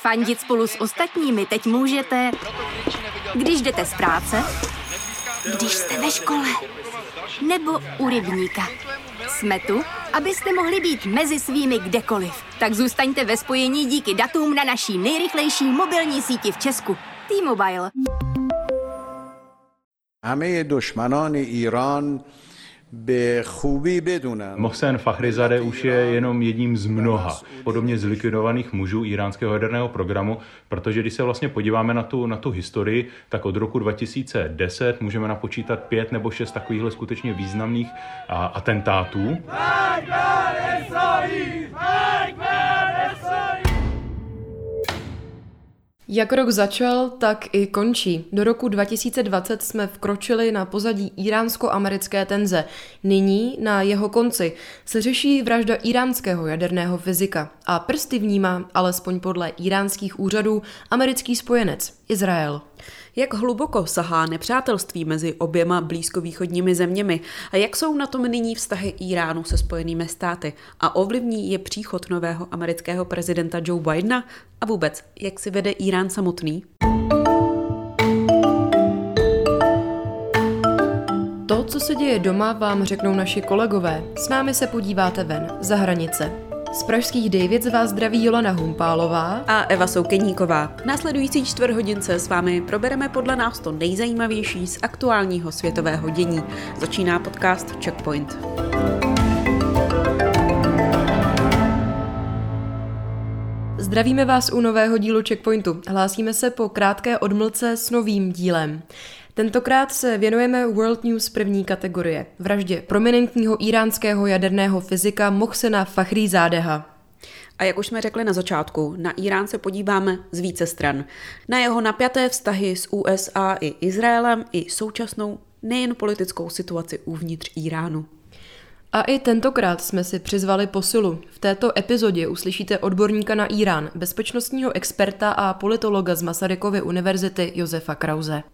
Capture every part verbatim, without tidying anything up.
Fandit spolu s ostatními teď můžete, když jdete z práce, když jste ve škole, nebo u rybníka. Jsme tu, abyste mohli být mezi svými kdekoliv. Tak zůstaňte ve spojení díky datům na naší nejrychlejší mobilní síti v Česku. T-Mobile. همه دشمنان ایران به خوبی بدونن. Mohsen Fakhrizadeh už je jenom jedním z mnoha podobně zlikvidovaných mužů iránského jaderného programu, protože když se vlastně podíváme na tu, na tu historii, tak od roku dva tisíce deset můžeme napočítat pět nebo šest takovýchhle skutečně významných a, atentátů. Jak rok začal, tak i končí. Do roku dva tisíce dvacet jsme vkročili na pozadí iránsko-americké tenze. Nyní, na jeho konci, se řeší vražda iránského jaderného fyzika. A prsty vnímá, alespoň podle iránských úřadů, americký spojenec, Izrael. Jak hluboko sahá nepřátelství mezi oběma blízkovýchodními zeměmi a jak jsou na tom nyní vztahy Iránu se Spojenými státy a ovlivní je příchod nového amerického prezidenta Joe Bidena a vůbec, jak si vede Irán samotný? To, co se děje doma, vám řeknou naši kolegové. S námi se podíváte ven, za hranice. Z pražských Davids vás zdraví Jolana Humpálová a Eva Soukeníková. V následující čtvrthodince s vámi probereme podle nás to nejzajímavější z aktuálního světového dění. Začíná podcast Checkpoint. Zdravíme vás u nového dílu Checkpointu. Hlásíme se po krátké odmlce s novým dílem. Tentokrát se věnujeme World News první kategorie, vraždě prominentního iránského jaderného fyzika Mohsena Fakhrizadeha. A jak už jsme řekli na začátku, na Irán se podíváme z více stran. Na jeho napjaté vztahy s U S A i Izraelem i současnou nejen politickou situaci uvnitř Iránu. A i tentokrát jsme si přizvali posilu. V této epizodě uslyšíte odborníka na Irán, bezpečnostního experta a politologa z Masarykovy univerzity Josefa Krause.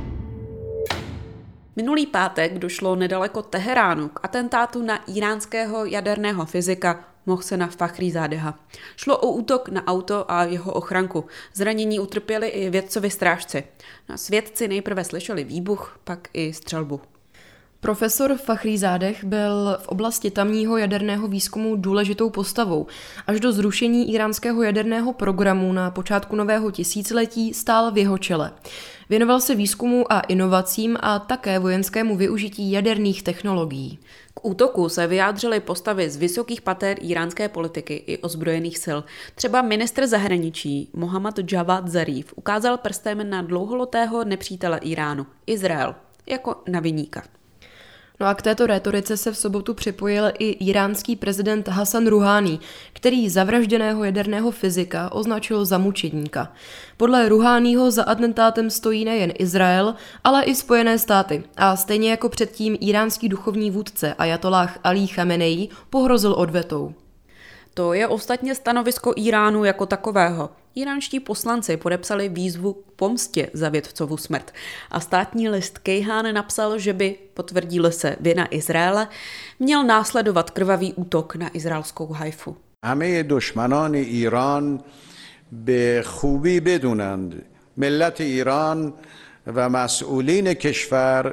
Minulý pátek došlo nedaleko Teheránu k atentátu na iránského jaderného fyzika Mohsena Fakhrizadeha. Šlo o útok na auto a jeho ochranku. Zranění utrpěli i vědcovi strážci. Na svědci nejprve slyšeli výbuch, pak i střelbu. Profesor Fakhrizadeh byl v oblasti tamního jaderného výzkumu důležitou postavou. Až do zrušení iránského jaderného programu na počátku nového tisíciletí stál v jeho čele. Věnoval se výzkumu a inovacím a také vojenskému využití jaderných technologií. K útoku se vyjádřily postavy z vysokých pater iránské politiky i ozbrojených sil. Třeba ministr zahraničí Mohammad Javad Zarif ukázal prstem na dlouholetého nepřítele Iránu, Izrael, jako na viníka. No a k této rétorice se v sobotu připojil i iránský prezident Hasan Ruhání, který zavražděného jaderného fyzika označil za mučedníka. Podle Ruháního za atentátem stojí nejen Izrael, ale i Spojené státy. A stejně jako předtím iránský duchovní vůdce Ajatolláh Alí Chameneí pohrozil odvetou. To je ostatně stanovisko Iránu jako takového. Iránští poslanci podepsali výzvu k pomstě za vědcovu smrt a státní list Kejhán napsal, že by, potvrdí-li se vina Izraele, měl následovat krvavý útok na izraelskou Haifu. همه دشمنان ایران به خوبی بدونند ملت ایران و مسئولین کشور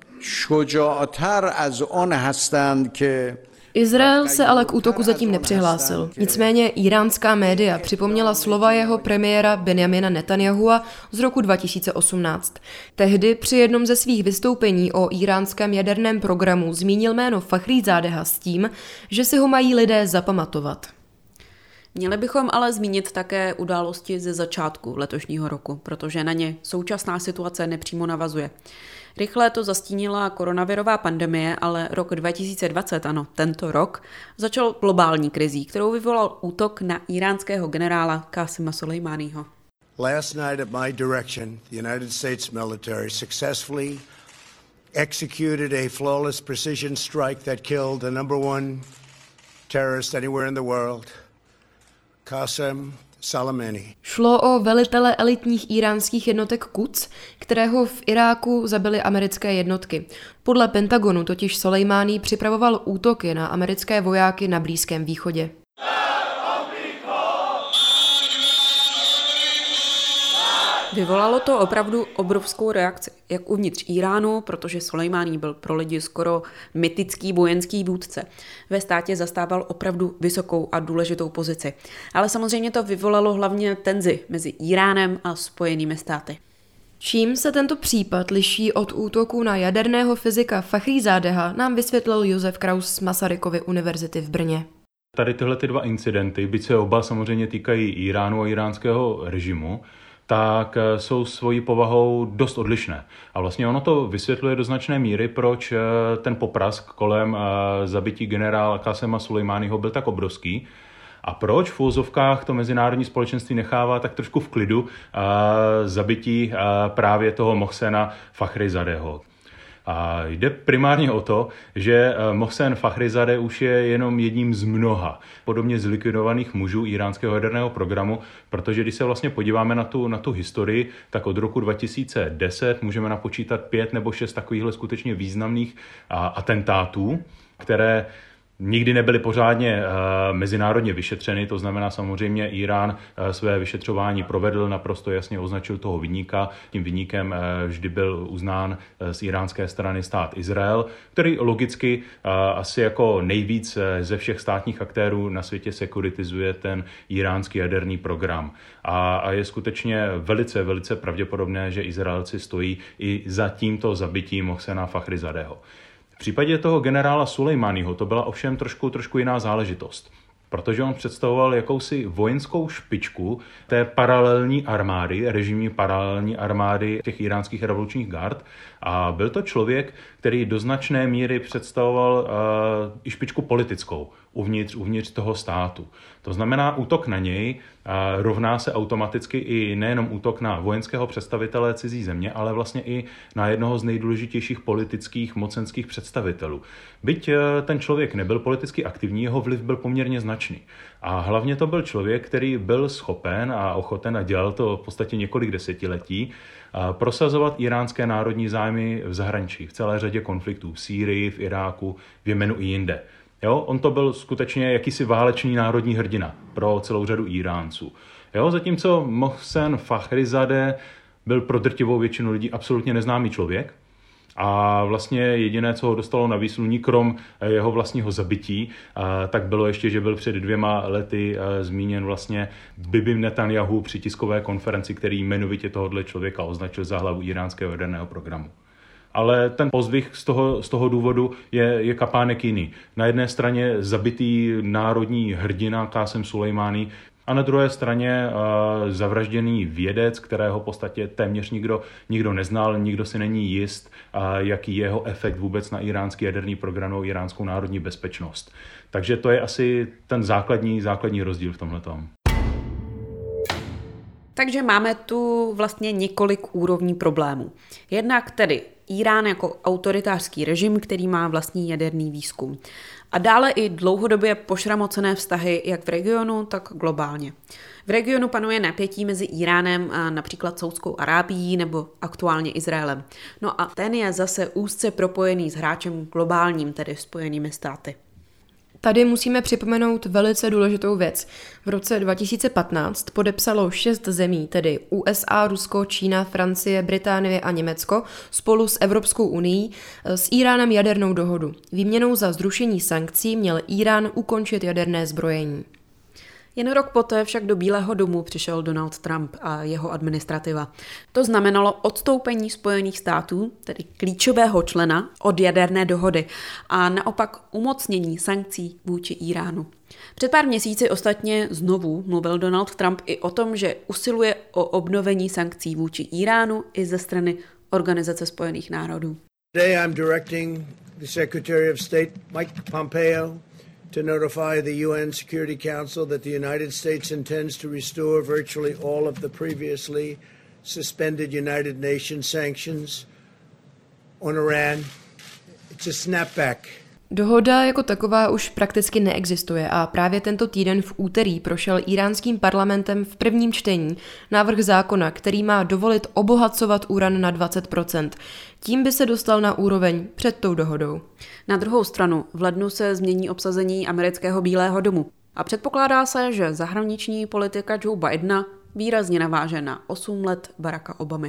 شجاعتر از آن هستند که Izrael se ale k útoku zatím nepřihlásil. Nicméně iránská média připomněla slova jeho premiéra Benjamina Netanyahua z roku dva tisíce osmnáct. Tehdy při jednom ze svých vystoupení o iránském jaderném programu zmínil jméno Fakhrizadeha s tím, že si ho mají lidé zapamatovat. Měli bychom ale zmínit také události ze začátku letošního roku, protože na ně současná situace nepřímo navazuje. Rychle to zastínila koronavirová pandemie, ale rok dva tisíce dvacet, ano, tento rok, začal globální krizí, kterou vyvolal útok na iránského generála Qasima Sulejmáního. Last night at my direction, the United States military successfully executed a flawless precision strike that killed the number one terrorist anywhere in the world, Qasem Soleimani. Šlo o velitele elitních iránských jednotek Quds, kterého v Iráku zabili americké jednotky. Podle Pentagonu totiž Soleimani připravoval útoky na americké vojáky na Blízkém východě. Vyvolalo to opravdu obrovskou reakci, jak uvnitř Iránu, protože Sulejmání byl pro lidi skoro mytický vojenský vůdce. Ve státě zastával opravdu vysokou a důležitou pozici. Ale samozřejmě to vyvolalo hlavně tenzi mezi Iránem a Spojenými státy. Čím se tento případ liší od útoku na jaderného fyzika Fakhrizádeha, nám vysvětlil Josef Kraus z Masarykovy univerzity v Brně. Tady tyhle ty dva incidenty, byť se oba samozřejmě týkají Iránu a iránského režimu, tak jsou svojí povahou dost odlišné. A vlastně ono to vysvětluje do značné míry, proč ten poprask kolem zabití generála Qasema Sulejmáního byl tak obrovský a proč v úzovkách to mezinárodní společenství nechává tak trošku v klidu zabití právě toho Mohsena Fakhrizadeho. A jde primárně o to, že Mohsen Fakhrizadeh už je jenom jedním z mnoha podobně zlikvidovaných mužů iránského jaderného programu, protože když se vlastně podíváme na tu, na tu historii, tak od roku dva tisíce deset můžeme napočítat pět nebo šest takovýchhle skutečně významných a, atentátů, které nikdy nebyly pořádně uh, mezinárodně vyšetřeny, to znamená samozřejmě Irán uh, své vyšetřování provedl, naprosto jasně označil toho viníka. Tím viníkem uh, vždy byl uznán uh, z iránské strany stát Izrael, který logicky uh, asi jako nejvíc uh, ze všech státních aktérů na světě sekuritizuje ten iránský jaderný program. A, a je skutečně velice, velice pravděpodobné, že Izraelci stojí i za tímto zabitím Mohsena Fakhrizadeho. V případě toho generála Sulejmáního to byla ovšem trošku, trošku jiná záležitost, protože on představoval jakousi vojenskou špičku té paralelní armády, režimní paralelní armády těch iránských revolučních gard a byl to člověk, který do značné míry představoval uh, i špičku politickou uvnitř, uvnitř toho státu. To znamená, útok na něj uh, rovná se automaticky i nejenom útok na vojenského představitele cizí země, ale vlastně i na jednoho z nejdůležitějších politických mocenských představitelů. Byť uh, ten člověk nebyl politicky aktivní, jeho vliv byl poměrně značný. A hlavně to byl člověk, který byl schopen a ochoten a dělal to v podstatě několik desetiletí, prosazovat iránské národní zájmy v zahraničí, v celé řadě konfliktů, v Sýrii, v Iráku, v Jemenu i jinde. Jo, on to byl skutečně jakýsi válečný národní hrdina pro celou řadu Iránců. Jo, zatímco Mohsen Fakhrizadeh byl pro drtivou většinu lidí absolutně neznámý člověk, a vlastně jediné, co ho dostalo na výsluní, krom jeho vlastního zabití, tak bylo ještě, že byl před dvěma lety zmíněn vlastně Bibi Netanyahu při tiskové konferenci, který jmenovitě tohoto člověka označil za hlavu iránského jaderného programu. Ale ten pozdvih z toho, z toho důvodu je, je kapánek jiný. Na jedné straně zabitý národní hrdina Qasem Sulejmání, a na druhé straně uh, zavražděný vědec, kterého v podstatě téměř nikdo, nikdo neznal, nikdo si není jist, uh, jaký jeho efekt vůbec na iránský jaderný program, na iránskou národní bezpečnost. Takže to je asi ten základní, základní rozdíl v tomhletom. Takže máme tu vlastně několik úrovní problémů. Jednak tedy Irán jako autoritářský režim, který má vlastní jaderný výzkum. A dále i dlouhodobě pošramocené vztahy jak v regionu, tak globálně. V regionu panuje napětí mezi Iránem a například Saudskou Arábií nebo aktuálně Izraelem. No a ten je zase úzce propojený s hráčem globálním, tedy Spojenými státy. Tady musíme připomenout velice důležitou věc. V roce dva tisíce patnáct podepsalo šest zemí, tedy U S A, Rusko, Čína, Francie, Británie a Německo, spolu s Evropskou unií s Iránem jadernou dohodu. Výměnou za zrušení sankcí měl Irán ukončit jaderné zbrojení. Jen rok poté však do Bílého domu přišel Donald Trump a jeho administrativa. To znamenalo odstoupení Spojených států, tedy klíčového člena, od jaderné dohody a naopak umocnění sankcí vůči Iránu. Před pár měsíci ostatně znovu mluvil Donald Trump i o tom, že usiluje o obnovení sankcí vůči Iránu i ze strany Organizace spojených národů. Today I'm directing the Secretary of State Mike Pompeo to notify the U N Security Council that the United States intends to restore virtually all of the previously suspended United Nations sanctions on Iran. It's a snapback. Dohoda jako taková už prakticky neexistuje a právě tento týden v úterý prošel iránským parlamentem v prvním čtení návrh zákona, který má dovolit obohacovat uran na dvacet procent. Tím by se dostal na úroveň před tou dohodou. Na druhou stranu v lednu se změní obsazení amerického Bílého domu a předpokládá se, že zahraniční politika Joe Bidena výrazně naváže na osm let Baracka Obamy.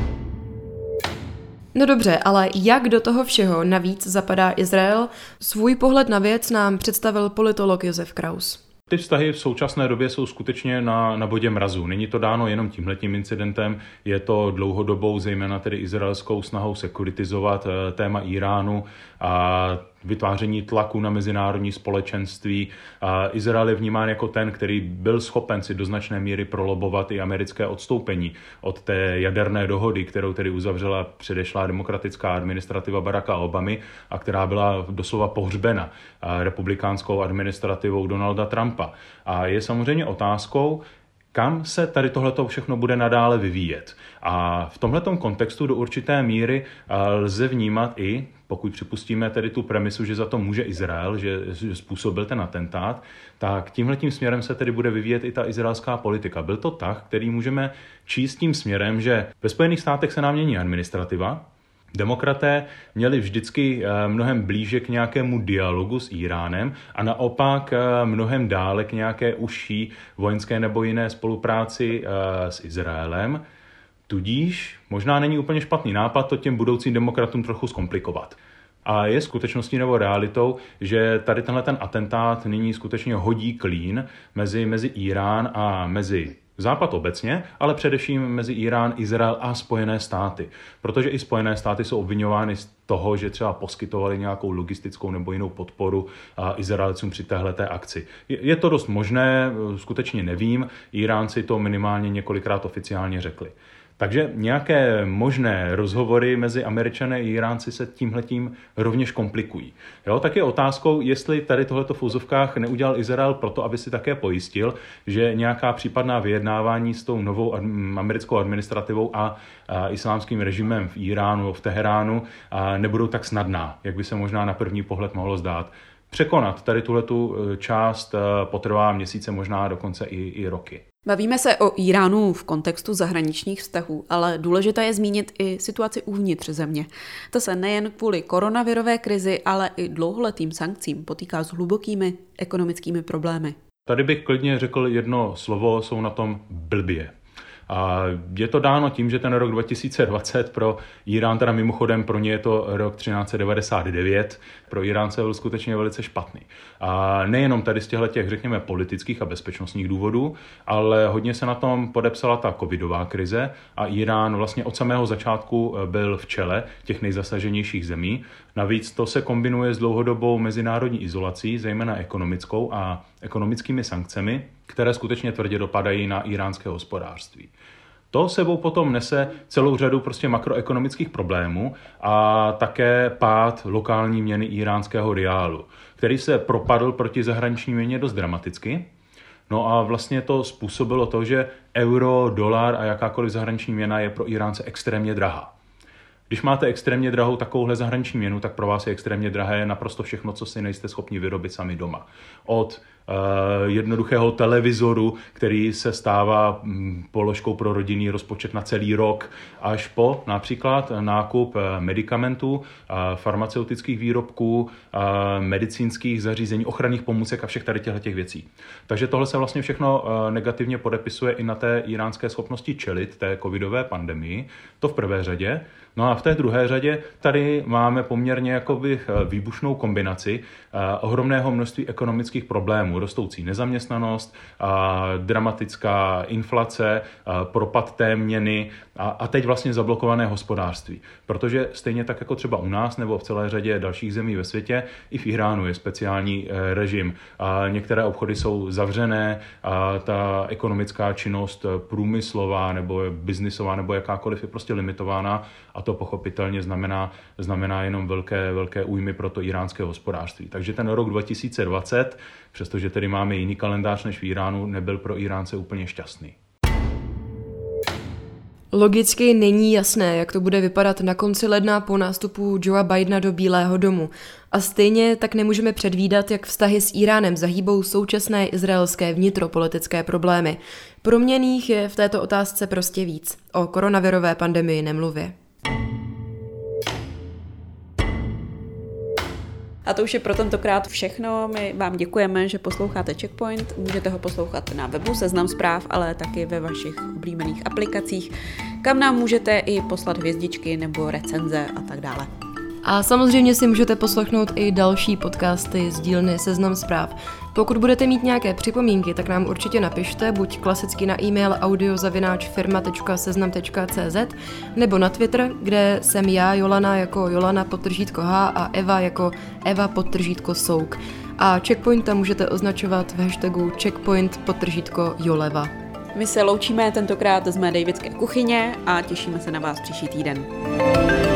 No dobře, ale jak do toho všeho navíc zapadá Izrael? Svůj pohled na věc nám představil politolog Josef Kraus. Ty vztahy v současné době jsou skutečně na, na bodě mrazu. Není to dáno jenom tímhletím incidentem, je to dlouhodobou, zejména tedy izraelskou snahou sekuritizovat téma Iránu a vytváření tlaku na mezinárodní společenství. A Izrael je vnímán jako ten, který byl schopen si do značné míry prolobovat i americké odstoupení od té jaderné dohody, kterou tedy uzavřela předešlá demokratická administrativa Baracka Obamy a která byla doslova pohřbena republikánskou administrativou Donalda Trumpa. A je samozřejmě otázkou, kam se tady tohleto všechno bude nadále vyvíjet. A v tomhletom kontextu do určité míry lze vnímat i, pokud připustíme tedy tu premisu, že za to může Izrael, že, že způsobil ten atentát, tak tímhletím směrem se tedy bude vyvíjet i ta izraelská politika. Byl to tah, který můžeme číst tím směrem, že ve Spojených státech se nám mění administrativa. Demokraté měli vždycky mnohem blíže k nějakému dialogu s Iránem a naopak mnohem dále k nějaké užší vojenské nebo jiné spolupráci s Izraelem. Tudíž možná není úplně špatný nápad to těm budoucím demokratům trochu zkomplikovat. A je skutečností nebo realitou, že tady tenhle ten atentát nyní skutečně hodí klín mezi, mezi Irán a mezi Západ obecně, ale především mezi Irán, Izrael a Spojené státy. Protože i Spojené státy jsou obvinovány z toho, že třeba poskytovali nějakou logistickou nebo jinou podporu Izraelcům při téhleté akci. Je to dost možné, skutečně nevím, Iránci to minimálně několikrát oficiálně řekli. Takže nějaké možné rozhovory mezi Američany a Iránci se tímhletím rovněž komplikují. Jo, tak je otázkou, jestli tady tohleto v úzovkách neudělal Izrael proto, aby si také pojistil, že nějaká případná vyjednávání s tou novou americkou administrativou a, a islámským režimem v Iránu, v Teheránu a nebudou tak snadná, jak by se možná na první pohled mohlo zdát. Překonat tady tuhletu část potrvá měsíce, možná dokonce i, i roky. Bavíme se o Iránu v kontextu zahraničních vztahů, ale důležité je zmínit i situaci uvnitř země. Ta se nejen kvůli koronavirové krizi, ale i dlouholetým sankcím potýká s hlubokými ekonomickými problémy. Tady bych klidně řekl jedno slovo, jsou na tom blbě. A je to dáno tím, že ten rok dva tisíce dvacet pro Irán, teda mimochodem pro ně je to rok třináct set devadesát devět, pro Iránce byl skutečně velice špatný. A nejenom tady z těchto těch, řekněme, politických a bezpečnostních důvodů, ale hodně se na tom podepsala ta covidová krize a Irán vlastně od samého začátku byl v čele těch nejzasaženějších zemí. Navíc to se kombinuje s dlouhodobou mezinárodní izolací, zejména ekonomickou a ekonomickými sankcemi, které skutečně tvrdě dopadají na iránské hospodářství. To sebou potom nese celou řadu prostě makroekonomických problémů a také pád lokální měny iránského riálu, který se propadl proti zahraniční měně dost dramaticky. No a vlastně to způsobilo to, že euro, dolar a jakákoliv zahraniční měna je pro Iránce extrémně drahá. Když máte extrémně drahou takovouhle zahraniční měnu, tak pro vás je extrémně drahé naprosto všechno, co si nejste schopni vyrobit sami doma. Od uh, jednoduchého televizoru, který se stává um, položkou pro rodinný rozpočet na celý rok, až po například nákup uh, medicamentů, uh, farmaceutických výrobků, uh, medicínských zařízení, ochranných pomůcek a všech tady těchto věcí. Takže tohle se vlastně všechno uh, negativně podepisuje i na té iránské schopnosti čelit té covidové pandemii. To v prvé řadě. No a v té druhé řadě tady máme poměrně jakoby výbušnou kombinaci uh, ohromného množství ekonomických problémů. Rostoucí nezaměstnanost, uh, dramatická inflace, uh, propad té měny a, a teď vlastně zablokované hospodářství. Protože stejně tak jako třeba u nás nebo v celé řadě dalších zemí ve světě, i v Iránu je speciální uh, režim. Uh, některé obchody jsou zavřené, uh, ta ekonomická činnost průmyslová nebo biznisová nebo jakákoliv je prostě limitována. A to pochopitelně znamená, znamená jenom velké, velké újmy pro to iránské hospodářství. Takže ten rok dva tisíce dvacet, přestože tedy máme jiný kalendář než v Iránu, nebyl pro Iránce úplně šťastný. Logicky není jasné, jak to bude vypadat na konci ledna po nástupu Joea Bidena do Bílého domu. A stejně tak nemůžeme předvídat, jak vztahy s Iránem zahýbou současné izraelské vnitropolitické problémy. Proměnných je v této otázce prostě víc. O koronavirové pandemii nemluvě. A A to už je pro tentokrát všechno. My vám děkujeme, že posloucháte Checkpoint. Můžete ho poslouchat na webu Seznam Zpráv, ale taky ve vašich oblíbených aplikacích, kam nám můžete i poslat hvězdičky nebo recenze a tak dále. A samozřejmě si můžete poslechnout i další podcasty z dílny Seznam Zpráv. Pokud budete mít nějaké připomínky, tak nám určitě napište, buď klasicky na e-mail audio zavináč firma tečka seznam tečka cé zet nebo na Twitter, kde jsem já, Jolana, jako Jolana podtržítko H a Eva jako Eva podtržítko Souk. A Checkpoint tam můžete označovat v hashtagu Checkpoint podtržítko Joleva. My se loučíme tentokrát z mé davidské kuchyně a těšíme se na vás příští týden.